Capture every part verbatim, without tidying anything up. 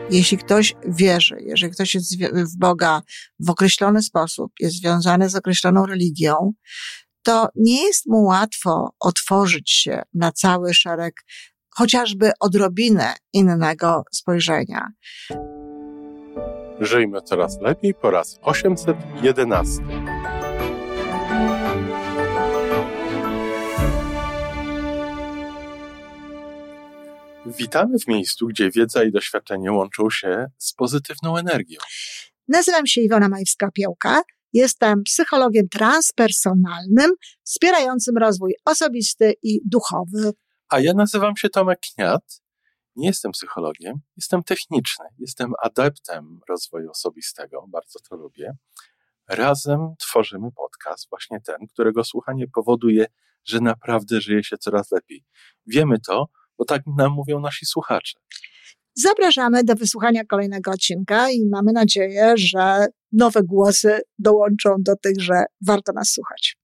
Jeśli ktoś wierzy, jeżeli ktoś jest w Boga w określony sposób, jest związany z określoną religią, to nie jest mu łatwo otworzyć się na cały szereg, chociażby odrobinę innego spojrzenia. Żyjmy coraz lepiej po raz osiemset jedenasty. Witamy w miejscu, gdzie wiedza i doświadczenie łączą się z pozytywną energią. Nazywam się Iwona Majewska-Piołka. Jestem psychologiem transpersonalnym, wspierającym rozwój osobisty i duchowy. A ja nazywam się Tomek Kniat. Nie jestem psychologiem, jestem techniczny. Jestem adeptem rozwoju osobistego, bardzo to lubię. Razem tworzymy podcast, właśnie ten, którego słuchanie powoduje, że naprawdę żyje się coraz lepiej. Wiemy to, bo tak nam mówią nasi słuchacze. Zapraszamy do wysłuchania kolejnego odcinka i mamy nadzieję, że nowe głosy dołączą do tych, że warto nas słuchać.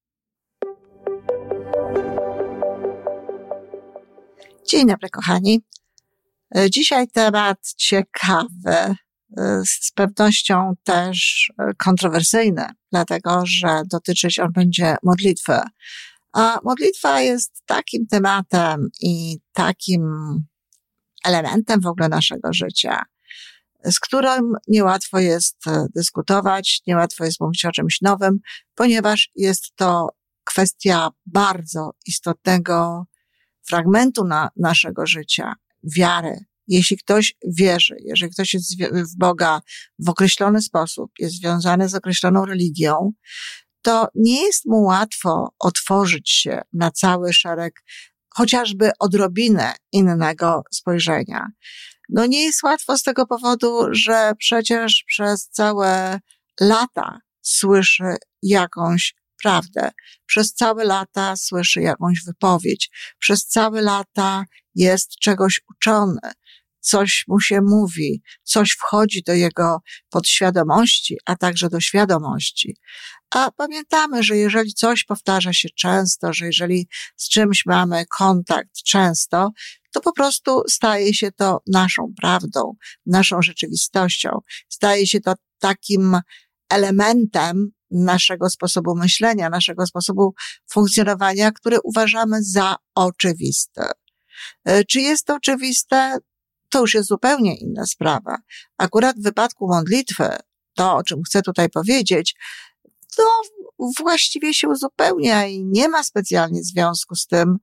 Dzień dobry, kochani. Dzisiaj temat ciekawy, z pewnością też kontrowersyjny, dlatego że dotyczyć on będzie modlitwy. A modlitwa jest takim tematem i takim elementem w ogóle naszego życia, z którym niełatwo jest dyskutować, niełatwo jest mówić o czymś nowym, ponieważ jest to kwestia bardzo istotnego fragmentu na, naszego życia, wiary. Jeśli ktoś wierzy, jeżeli ktoś jest w Boga w określony sposób, jest związany z określoną religią, to nie jest mu łatwo otworzyć się na cały szereg, chociażby odrobinę innego spojrzenia. No nie jest łatwo z tego powodu, że przecież przez całe lata słyszy jakąś prawdę. Przez całe lata słyszy jakąś wypowiedź. Przez całe lata jest czegoś uczony. Coś mu się mówi, coś wchodzi do jego podświadomości, a także do świadomości. A pamiętamy, że jeżeli coś powtarza się często, że jeżeli z czymś mamy kontakt często, to po prostu staje się to naszą prawdą, naszą rzeczywistością. Staje się to takim elementem naszego sposobu myślenia, naszego sposobu funkcjonowania, który uważamy za oczywisty. Czy jest to oczywiste? To już jest zupełnie inna sprawa. Akurat w wypadku modlitwy, to o czym chcę tutaj powiedzieć, to właściwie się uzupełnia i nie ma specjalnie związku z tym,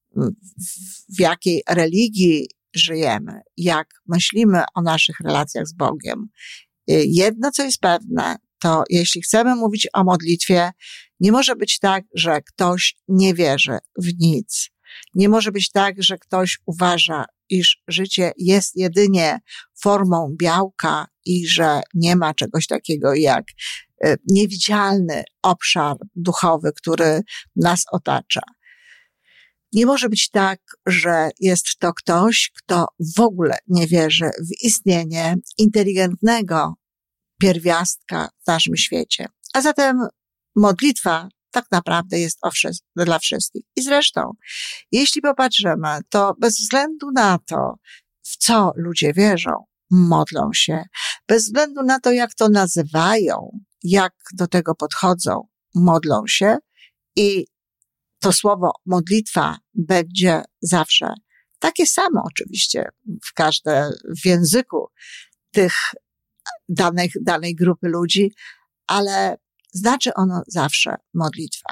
w jakiej religii żyjemy, jak myślimy o naszych relacjach z Bogiem. Jedno, co jest pewne, to jeśli chcemy mówić o modlitwie, nie może być tak, że ktoś nie wierzy w nic. Nie może być tak, że ktoś uważa, iż życie jest jedynie formą białka i że nie ma czegoś takiego jak niewidzialny obszar duchowy, który nas otacza. Nie może być tak, że jest to ktoś, kto w ogóle nie wierzy w istnienie inteligentnego pierwiastka w naszym świecie. A zatem modlitwa tak naprawdę jest o wszy- dla wszystkich. I zresztą, jeśli popatrzymy, to bez względu na to, w co ludzie wierzą, modlą się, bez względu na to, jak to nazywają, jak do tego podchodzą, modlą się i to słowo modlitwa będzie zawsze takie samo oczywiście w każde, w języku tych danych, danej grupy ludzi, ale znaczy ono zawsze modlitwa.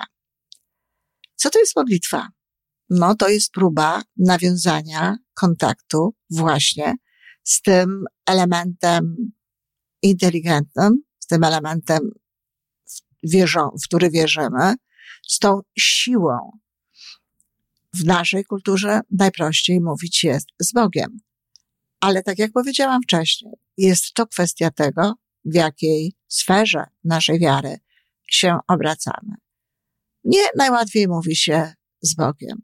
Co to jest modlitwa? No to jest próba nawiązania kontaktu właśnie z tym elementem inteligentnym, z tym elementem, wierzą, w który wierzymy, z tą siłą. W naszej kulturze najprościej mówić jest z Bogiem. Ale tak jak powiedziałam wcześniej, jest to kwestia tego, w jakiej sferze naszej wiary się obracamy. Nie najłatwiej mówi się z Bogiem.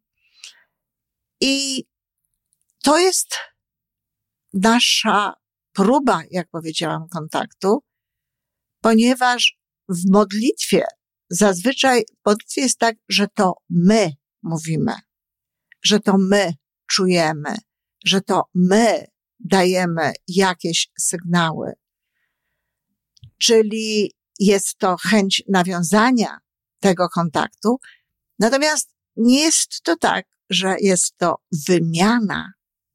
I to jest nasza próba, jak powiedziałam, kontaktu, ponieważ w modlitwie, zazwyczaj w modlitwie jest tak, że to my mówimy, że to my czujemy, że to my dajemy jakieś sygnały. Czyli jest to chęć nawiązania tego kontaktu. Natomiast nie jest to tak, że jest to wymiana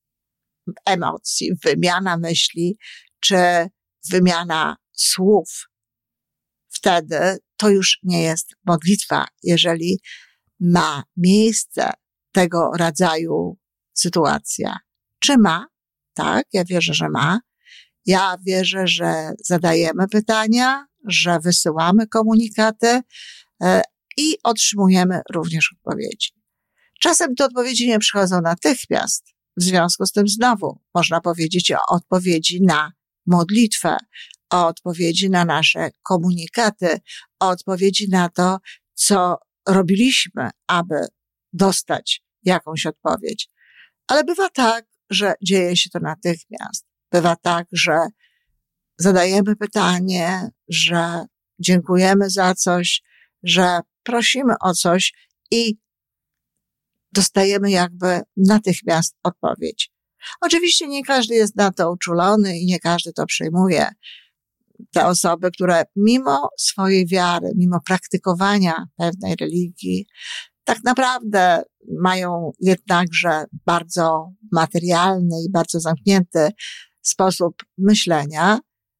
emocji, wymiana myśli, czy wymiana słów. Wtedy to już nie jest modlitwa, jeżeli ma miejsce tego rodzaju sytuacja. Czy ma? Tak, ja wierzę, że ma. Ja wierzę, że zadajemy pytania, że wysyłamy komunikaty i otrzymujemy również odpowiedzi. Czasem te odpowiedzi nie przychodzą natychmiast. W związku z tym znowu można powiedzieć o odpowiedzi na modlitwę, o odpowiedzi na nasze komunikaty, o odpowiedzi na to, co robiliśmy, aby dostać jakąś odpowiedź. Ale bywa tak, że dzieje się to natychmiast. Bywa tak, że zadajemy pytanie, że dziękujemy za coś, że prosimy o coś i dostajemy jakby natychmiast odpowiedź. Oczywiście nie każdy jest na to uczulony i nie każdy to przyjmuje. Te osoby, które mimo swojej wiary, mimo praktykowania pewnej religii, tak naprawdę mają jednakże bardzo materialny i bardzo zamknięty sposób myślenia,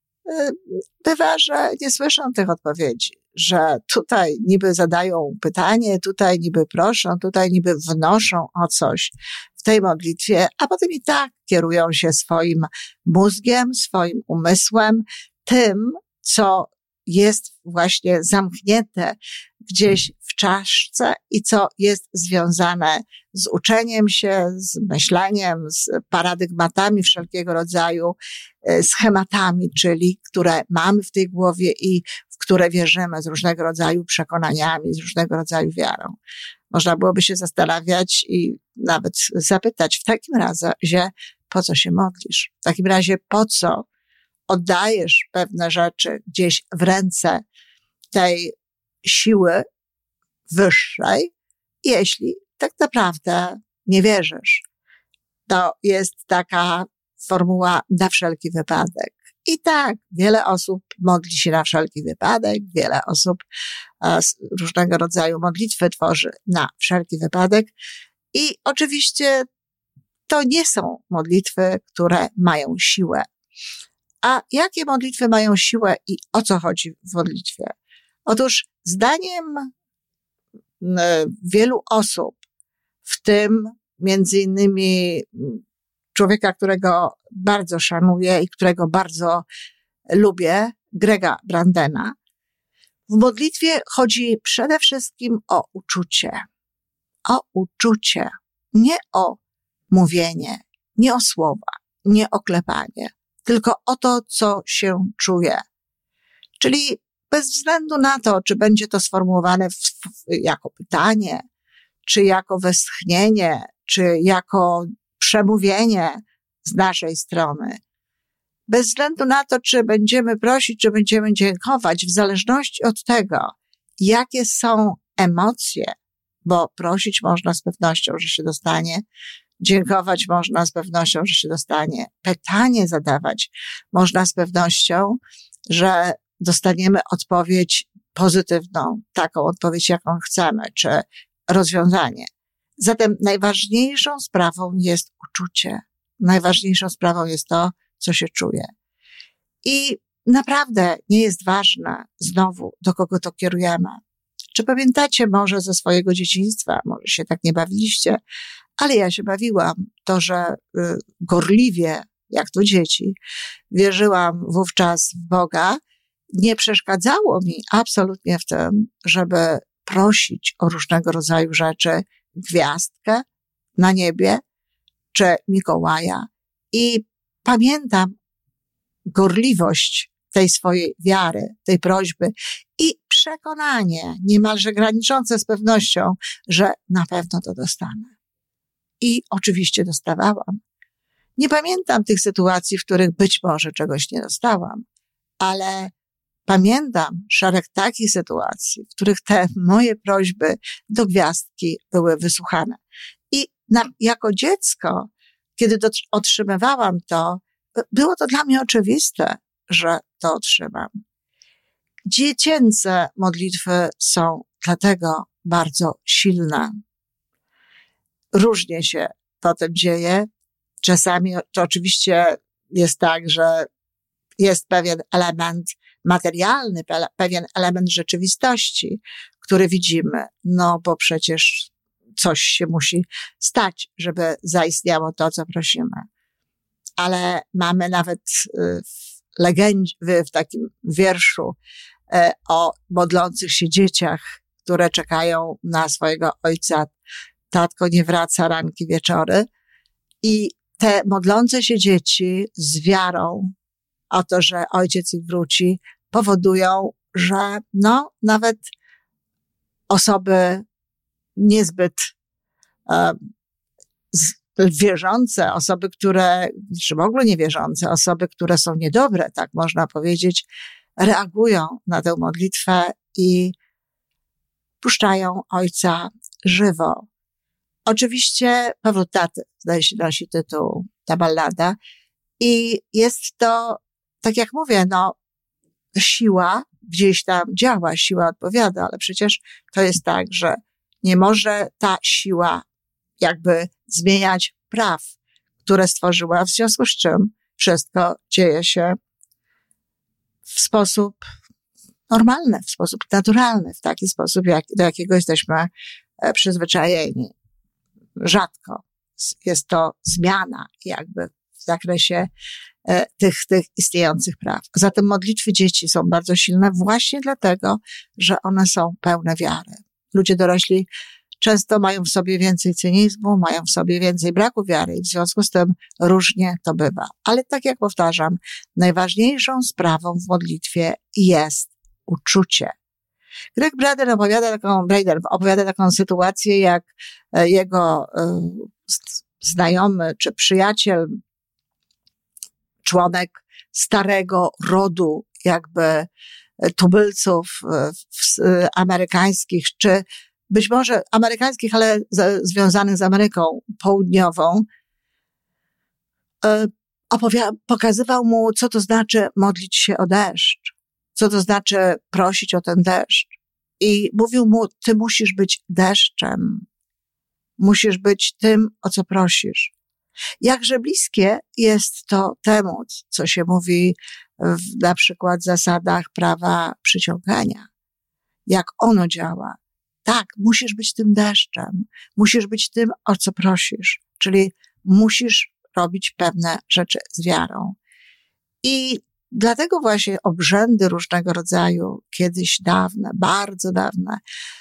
bywa, że nie słyszą tych odpowiedzi, że tutaj niby zadają pytanie, tutaj niby proszą, tutaj niby wnoszą o coś w tej modlitwie, a potem i tak kierują się swoim mózgiem, swoim umysłem, tym, co jest właśnie zamknięte gdzieś w czaszce i co jest związane z uczeniem się, z myśleniem, z paradygmatami wszelkiego rodzaju, schematami, czyli które mamy w tej głowie i w które wierzymy, z różnego rodzaju przekonaniami, z różnego rodzaju wiarą. Można byłoby się zastanawiać i nawet zapytać w takim razie, po co się modlisz? W takim razie, po co oddajesz pewne rzeczy gdzieś w ręce tej siły wyższej, jeśli tak naprawdę nie wierzysz. To jest taka formuła na wszelki wypadek. I tak, wiele osób modli się na wszelki wypadek, wiele osób różnego rodzaju modlitwy tworzy na wszelki wypadek i oczywiście to nie są modlitwy, które mają siłę. A jakie modlitwy mają siłę i o co chodzi w modlitwie? Otóż zdaniem wielu osób, w tym między innymi człowieka, którego bardzo szanuję i którego bardzo lubię, Grega Brandena, w modlitwie chodzi przede wszystkim o uczucie. O uczucie, nie o mówienie, nie o słowa, nie o klepanie, tylko o to, co się czuje. Czyli bez względu na to, czy będzie to sformułowane w, w, jako pytanie, czy jako westchnienie, czy jako przemówienie z naszej strony. Bez względu na to, czy będziemy prosić, czy będziemy dziękować, w zależności od tego, jakie są emocje, bo prosić można z pewnością, że się dostanie, dziękować można z pewnością, że się dostanie, pytanie zadawać można z pewnością, że dostaniemy odpowiedź pozytywną, taką odpowiedź, jaką chcemy, czy rozwiązanie. Zatem najważniejszą sprawą jest uczucie. Najważniejszą sprawą jest to, co się czuje. I naprawdę nie jest ważne znowu, do kogo to kierujemy. Czy pamiętacie może ze swojego dzieciństwa, może się tak nie bawiliście, ale ja się bawiłam. To, że y, gorliwie, jak to dzieci, wierzyłam wówczas w Boga, nie przeszkadzało mi absolutnie w tym, żeby prosić o różnego rodzaju rzeczy, gwiazdkę na niebie, czy Mikołaja. I pamiętam gorliwość tej swojej wiary, tej prośby i przekonanie, niemalże graniczące z pewnością, że na pewno to dostanę. I oczywiście dostawałam. Nie pamiętam tych sytuacji, w których być może czegoś nie dostałam, ale pamiętam szereg takich sytuacji, w których te moje prośby do gwiazdki były wysłuchane. I na, jako dziecko kiedy do, otrzymywałam to, było to dla mnie oczywiste, że to otrzymam. Dziecięce modlitwy są dlatego bardzo silne. Różnie się potem dzieje. Czasami to oczywiście jest tak, że jest pewien element materialny, pewien element rzeczywistości, który widzimy, no bo przecież coś się musi stać, żeby zaistniało to, co prosimy. Ale mamy nawet w legendzie, w takim wierszu o modlących się dzieciach, które czekają na swojego ojca. Tatko nie wraca ranki wieczory. I te modlące się dzieci z wiarą o to, że ojciec ich wróci, powodują, że no, nawet osoby niezbyt um, wierzące, osoby, które, czy w ogóle niewierzące, osoby, które są niedobre, tak można powiedzieć, reagują na tę modlitwę i puszczają ojca żywo. Oczywiście powrót taty, zdaje się, nosi tytuł ta ballada i jest to, tak jak mówię, no, siła gdzieś tam działa, siła odpowiada, ale przecież to jest tak, że nie może ta siła jakby zmieniać praw, które stworzyła, w związku z czym wszystko dzieje się w sposób normalny, w sposób naturalny, w taki sposób, jak, do jakiego jesteśmy przyzwyczajeni. Rzadko jest to zmiana jakby w zakresie tych, tych istniejących praw. Zatem modlitwy dzieci są bardzo silne właśnie dlatego, że one są pełne wiary. Ludzie dorośli często mają w sobie więcej cynizmu, mają w sobie więcej braku wiary i w związku z tym różnie to bywa. Ale tak jak powtarzam, najważniejszą sprawą w modlitwie jest uczucie. Greg Braden opowiada taką, Braden opowiada taką sytuację, jak jego znajomy czy przyjaciel, członek starego rodu jakby tubylców amerykańskich, czy być może amerykańskich, ale z, związanych z Ameryką Południową, opowiada, pokazywał mu, co to znaczy modlić się o deszcz, co to znaczy prosić o ten deszcz. I mówił mu, ty musisz być deszczem, musisz być tym, o co prosisz. Jakże bliskie jest to temu, co się mówi w na przykład zasadach prawa przyciągania. Jak ono działa. Tak, musisz być tym deszczem, musisz być tym, o co prosisz, czyli musisz robić pewne rzeczy z wiarą. I dlatego właśnie obrzędy różnego rodzaju, kiedyś dawne, bardzo dawne,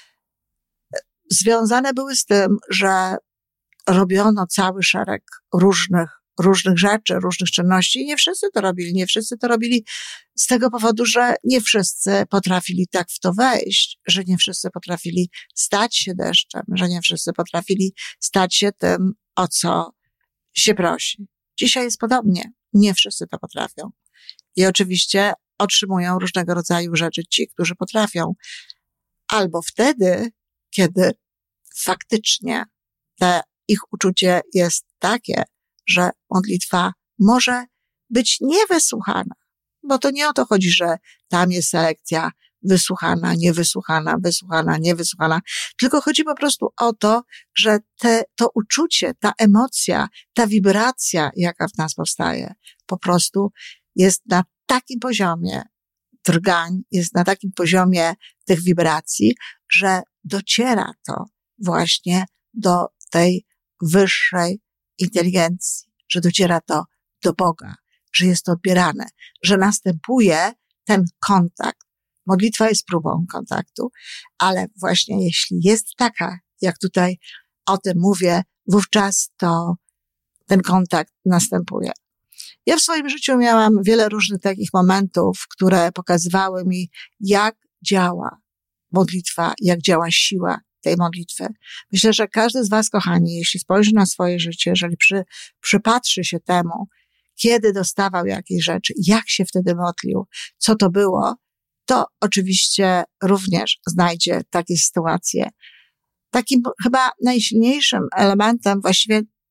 związane były z tym, że robiono cały szereg różnych, różnych rzeczy, różnych czynności i nie wszyscy to robili. Nie wszyscy to robili z tego powodu, że nie wszyscy potrafili tak w to wejść, że nie wszyscy potrafili stać się deszczem, że nie wszyscy potrafili stać się tym, o co się prosi. Dzisiaj jest podobnie. Nie wszyscy to potrafią. I oczywiście otrzymują różnego rodzaju rzeczy ci, którzy potrafią. Albo wtedy, kiedy faktycznie te ich uczucie jest takie, że modlitwa może być niewysłuchana. Bo to nie o to chodzi, że tam jest selekcja wysłuchana, niewysłuchana, wysłuchana, niewysłuchana. Tylko chodzi po prostu o to, że te, to uczucie, ta emocja, ta wibracja, jaka w nas powstaje, po prostu jest na takim poziomie drgań, jest na takim poziomie tych wibracji, że dociera to właśnie do tej wyższej inteligencji, że dociera to do Boga, że jest to odbierane, że następuje ten kontakt. Modlitwa jest próbą kontaktu, ale właśnie jeśli jest taka, jak tutaj o tym mówię, wówczas to ten kontakt następuje. Ja w swoim życiu miałam wiele różnych takich momentów, które pokazywały mi, jak działa modlitwa, jak działa siła tej modlitwy. Myślę, że każdy z was, kochani, jeśli spojrzy na swoje życie, jeżeli przy, przypatrzy się temu, kiedy dostawał jakieś rzeczy, jak się wtedy modlił, co to było, to oczywiście również znajdzie takie sytuacje. Takim chyba najsilniejszym elementem, właściwie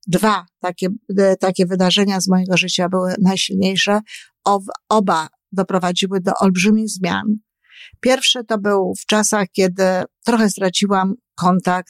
dwa takie, takie wydarzenia z mojego życia były najsilniejsze. Oba doprowadziły do olbrzymich zmian. Pierwszy to był w czasach, kiedy trochę straciłam kontakt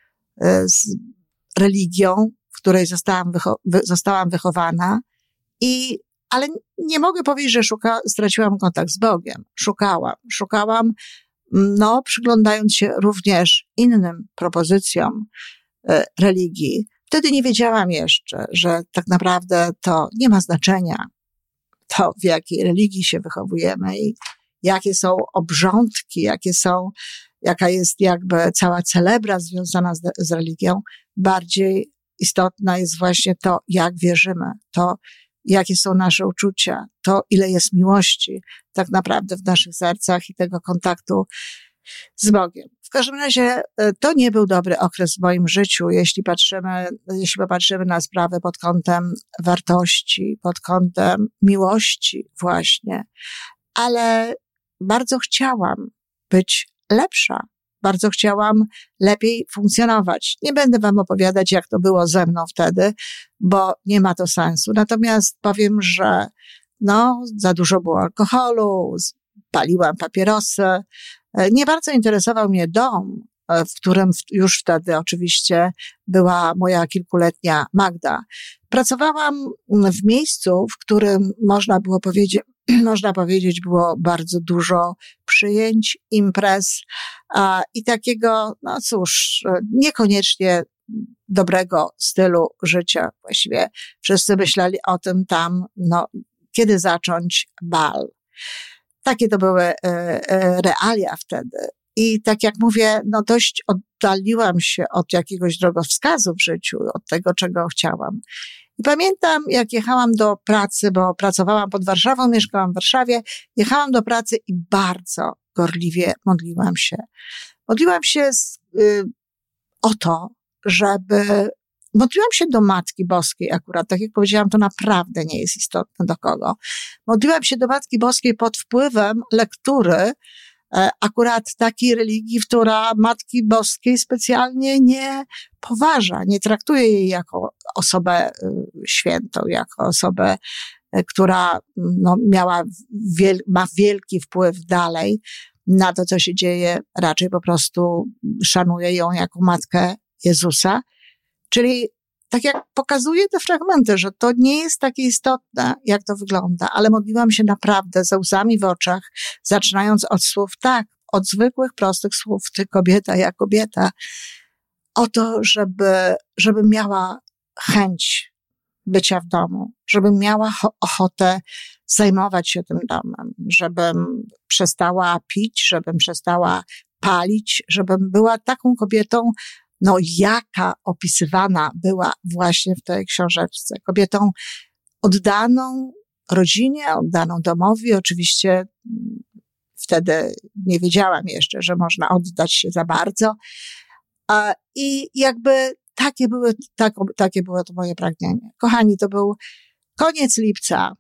z religią, w której zostałam, wycho- zostałam wychowana, i, ale nie mogę powiedzieć, że szuka, straciłam kontakt z Bogiem. Szukałam, szukałam, no, przyglądając się również innym propozycjom e, religii. Wtedy nie wiedziałam jeszcze, że tak naprawdę to nie ma znaczenia, to w jakiej religii się wychowujemy i jakie są obrządki, jakie są, jaka jest jakby cała celebra związana z, z religią. Bardziej istotne jest właśnie to, jak wierzymy, to, jakie są nasze uczucia, to, ile jest miłości tak naprawdę w naszych sercach i tego kontaktu z Bogiem. W każdym razie to nie był dobry okres w moim życiu, jeśli patrzymy, jeśli popatrzymy na sprawę pod kątem wartości, pod kątem miłości właśnie. Ale bardzo chciałam być lepsza. Bardzo chciałam lepiej funkcjonować. Nie będę wam opowiadać, jak to było ze mną wtedy, bo nie ma to sensu. Natomiast powiem, że no, za dużo było alkoholu, paliłam papierosy. Nie bardzo interesował mnie dom, w którym już wtedy oczywiście była moja kilkuletnia Magda. Pracowałam w miejscu, w którym można było powiedzieć, można powiedzieć, było bardzo dużo przyjęć, imprez a, i takiego, no cóż, niekoniecznie dobrego stylu życia. Właściwie wszyscy myśleli o tym tam, no, kiedy zacząć bal. Takie to były e, e, realia wtedy. I tak jak mówię, no dość oddaliłam się od jakiegoś drogowskazu w życiu, od tego, czego chciałam. I pamiętam, jak jechałam do pracy, bo pracowałam pod Warszawą, mieszkałam w Warszawie, jechałam do pracy i bardzo gorliwie modliłam się. Modliłam się z, y, o to, żeby... Modliłam się do Matki Boskiej akurat, tak jak powiedziałam, to naprawdę nie jest istotne do kogo. Modliłam się do Matki Boskiej pod wpływem lektury akurat takiej religii, która Matki Boskiej specjalnie nie poważa, nie traktuje jej jako osobę świętą, jako osobę, która no, miała wiel, ma wielki wpływ dalej na to, co się dzieje. Raczej po prostu szanuje ją jako Matkę Jezusa. Czyli tak jak pokazuje te fragmenty, że to nie jest takie istotne, jak to wygląda, ale modliłam się naprawdę ze łzami w oczach, zaczynając od słów, tak, od zwykłych, prostych słów, ty kobieta, ja kobieta, o to, żeby, żebym miała chęć bycia w domu, żebym miała ochotę zajmować się tym domem, żebym przestała pić, żebym przestała palić, żebym była taką kobietą, no jaka opisywana była właśnie w tej książeczce. Kobietą oddaną rodzinie, oddaną domowi. Oczywiście wtedy nie wiedziałam jeszcze, że można oddać się za bardzo. I jakby takie były, tak, takie było to moje pragnienie. Kochani, to był koniec lipca,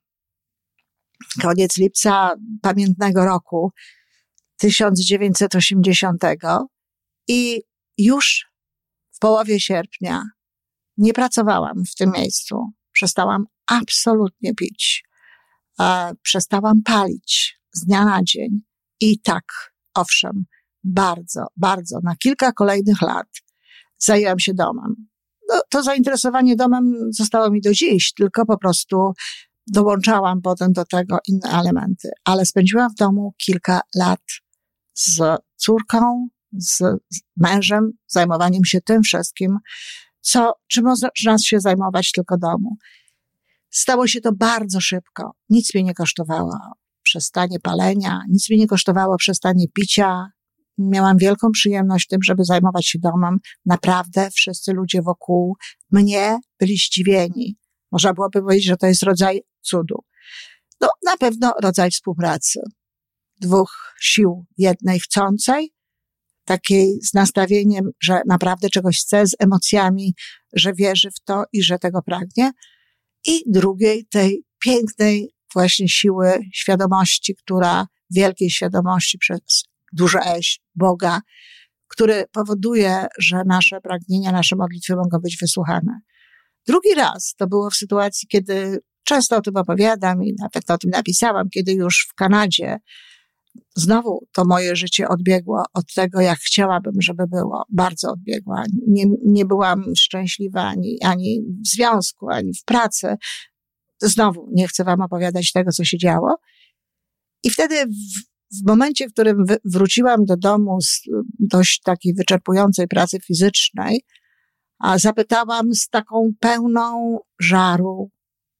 koniec lipca pamiętnego roku tysiąc dziewięćset osiemdziesiątego i już w połowie sierpnia nie pracowałam w tym miejscu. Przestałam absolutnie pić. E, przestałam palić z dnia na dzień. I tak, owszem, bardzo, bardzo, na kilka kolejnych lat zajęłam się domem. No, to zainteresowanie domem zostało mi do dziś, tylko po prostu dołączałam potem do tego inne elementy. Ale spędziłam w domu kilka lat z córką, z, z mężem, zajmowaniem się tym wszystkim, co, czym można się zajmować tylko domu. Stało się to bardzo szybko. Nic mnie nie kosztowało przestanie palenia, nic mnie nie kosztowało przestanie picia. Miałam wielką przyjemność w tym, żeby zajmować się domem. Naprawdę wszyscy ludzie wokół mnie byli zdziwieni. Można byłoby powiedzieć, że to jest rodzaj cudu. No, na pewno rodzaj współpracy. Dwóch sił. Jednej chcącej, takiej z nastawieniem, że naprawdę czegoś chce, z emocjami, że wierzy w to i że tego pragnie. I drugiej, tej pięknej właśnie siły świadomości, która, wielkiej świadomości przez duże eś, Boga, który powoduje, że nasze pragnienia, nasze modlitwy mogą być wysłuchane. Drugi raz to było w sytuacji, kiedy często o tym opowiadam i nawet o tym napisałam, kiedy już w Kanadzie znowu to moje życie odbiegło od tego, jak chciałabym, żeby było. Bardzo odbiegło. Nie, nie byłam szczęśliwa ani, ani w związku, ani w pracy. Znowu nie chcę wam opowiadać tego, co się działo. I wtedy w, w momencie, w którym wy, wróciłam do domu z dość takiej wyczerpującej pracy fizycznej, a zapytałam z taką pełną żaru,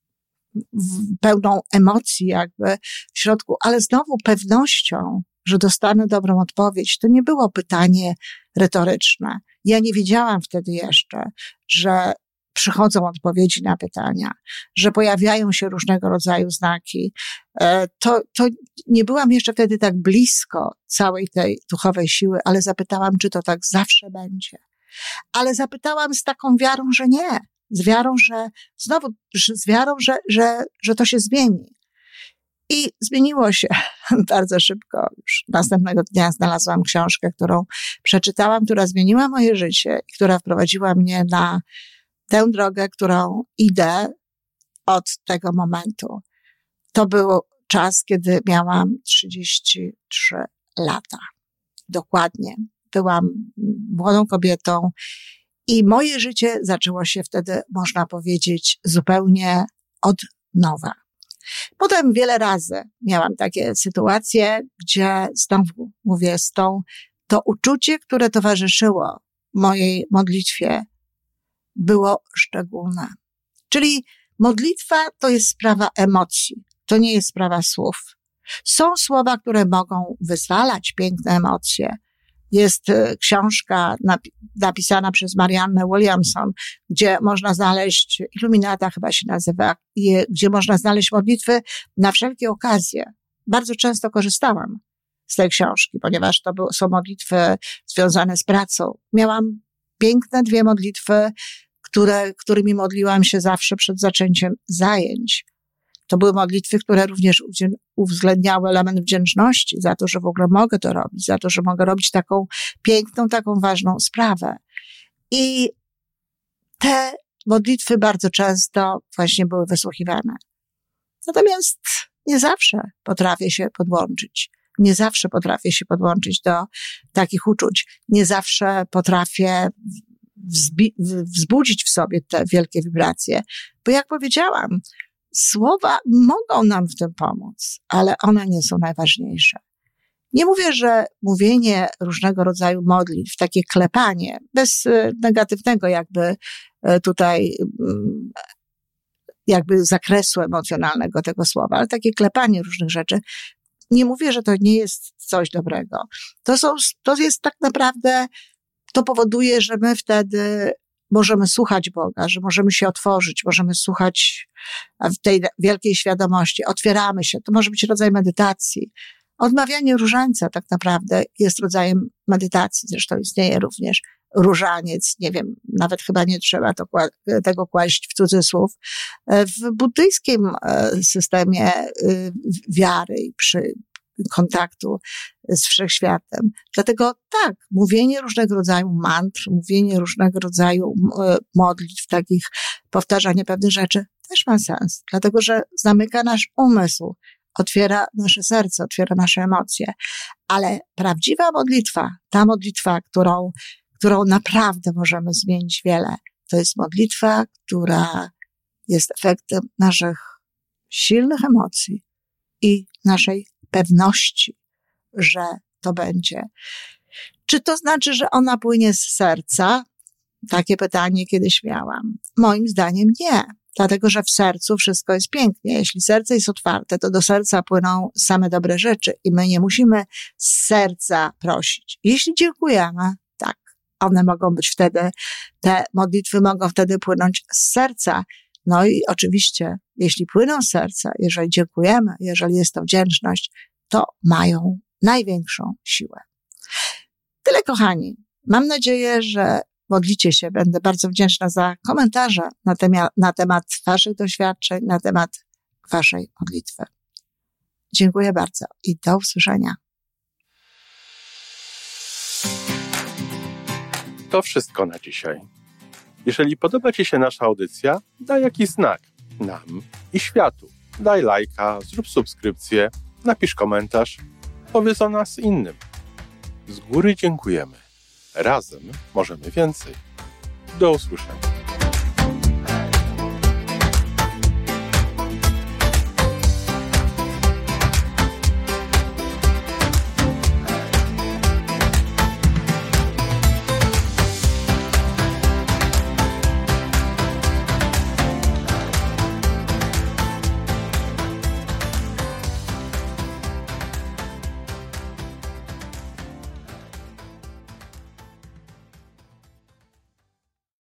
pełną emocji jakby w środku, ale znowu pewnością, że dostanę dobrą odpowiedź. To nie było pytanie retoryczne. Ja nie wiedziałam wtedy jeszcze, że przychodzą odpowiedzi na pytania, że pojawiają się różnego rodzaju znaki. To, to nie byłam jeszcze wtedy tak blisko całej tej duchowej siły, ale zapytałam, czy to tak zawsze będzie. Ale zapytałam z taką wiarą, że nie. Z wiarą, że znowu, z wiarą, że, że, że to się zmieni. I zmieniło się bardzo szybko. Już następnego dnia znalazłam książkę, którą przeczytałam, która zmieniła moje życie i która wprowadziła mnie na tę drogę, którą idę od tego momentu. To był czas, kiedy miałam trzydzieści trzy lata. Dokładnie. Byłam młodą kobietą i moje życie zaczęło się wtedy, można powiedzieć, zupełnie od nowa. Potem wiele razy miałam takie sytuacje, gdzie znowu mówię z tą, to uczucie, które towarzyszyło mojej modlitwie, było szczególne. Czyli modlitwa to jest sprawa emocji, to nie jest sprawa słów. Są słowa, które mogą wyzwalać piękne emocje. Jest książka napisana przez Mariannę Williamson, gdzie można znaleźć, Iluminata chyba się nazywa, gdzie można znaleźć modlitwy na wszelkie okazje. Bardzo często korzystałam z tej książki, ponieważ to są modlitwy związane z pracą. Miałam piękne dwie modlitwy, które, którymi modliłam się zawsze przed zaczęciem zajęć. To były modlitwy, które również uwzględniały element wdzięczności za to, że w ogóle mogę to robić, za to, że mogę robić taką piękną, taką ważną sprawę. I te modlitwy bardzo często właśnie były wysłuchiwane. Natomiast nie zawsze potrafię się podłączyć. Nie zawsze potrafię się podłączyć do takich uczuć. Nie zawsze potrafię wzbi- wzbudzić w sobie te wielkie wibracje. Bo jak powiedziałam, słowa mogą nam w tym pomóc, ale one nie są najważniejsze. Nie mówię, że mówienie różnego rodzaju modlitw, takie klepanie, bez negatywnego jakby tutaj, jakby zakresu emocjonalnego tego słowa, ale takie klepanie różnych rzeczy, nie mówię, że to nie jest coś dobrego. To są, to jest tak naprawdę, to powoduje, że my wtedy możemy słuchać Boga, że możemy się otworzyć, możemy słuchać w tej wielkiej świadomości, otwieramy się. To może być rodzaj medytacji. Odmawianie różańca tak naprawdę jest rodzajem medytacji. Zresztą istnieje również różaniec. Nie wiem, nawet chyba nie trzeba to, tego kłaść w cudzysłów. W buddyjskim systemie wiary i przy kontaktu z wszechświatem. Dlatego tak, mówienie różnego rodzaju mantr, mówienie różnego rodzaju modlitw, takich powtarzanie pewnych rzeczy też ma sens. Dlatego, że zamyka nasz umysł, otwiera nasze serce, otwiera nasze emocje. Ale prawdziwa modlitwa, ta modlitwa, którą, którą naprawdę możemy zmienić wiele, to jest modlitwa, która jest efektem naszych silnych emocji i naszej pewności, że to będzie. Czy to znaczy, że ona płynie z serca? Takie pytanie kiedyś miałam. Moim zdaniem nie. Dlatego, że w sercu wszystko jest pięknie. Jeśli serce jest otwarte, to do serca płyną same dobre rzeczy i my nie musimy z serca prosić. Jeśli dziękujemy, tak, one mogą być wtedy, te modlitwy mogą wtedy płynąć z serca. No i oczywiście, jeśli płyną z serca, jeżeli dziękujemy, jeżeli jest to wdzięczność, to mają największą siłę. Tyle, kochani. Mam nadzieję, że modlicie się. Będę bardzo wdzięczna za komentarze na temat, na temat waszych doświadczeń, na temat waszej modlitwy. Dziękuję bardzo i do usłyszenia. To wszystko na dzisiaj. Jeżeli podoba Ci się nasza audycja, daj jakiś znak nam i światu. Daj lajka, zrób subskrypcję, napisz komentarz, powiedz o nas innym. Z góry dziękujemy. Razem możemy więcej. Do usłyszenia.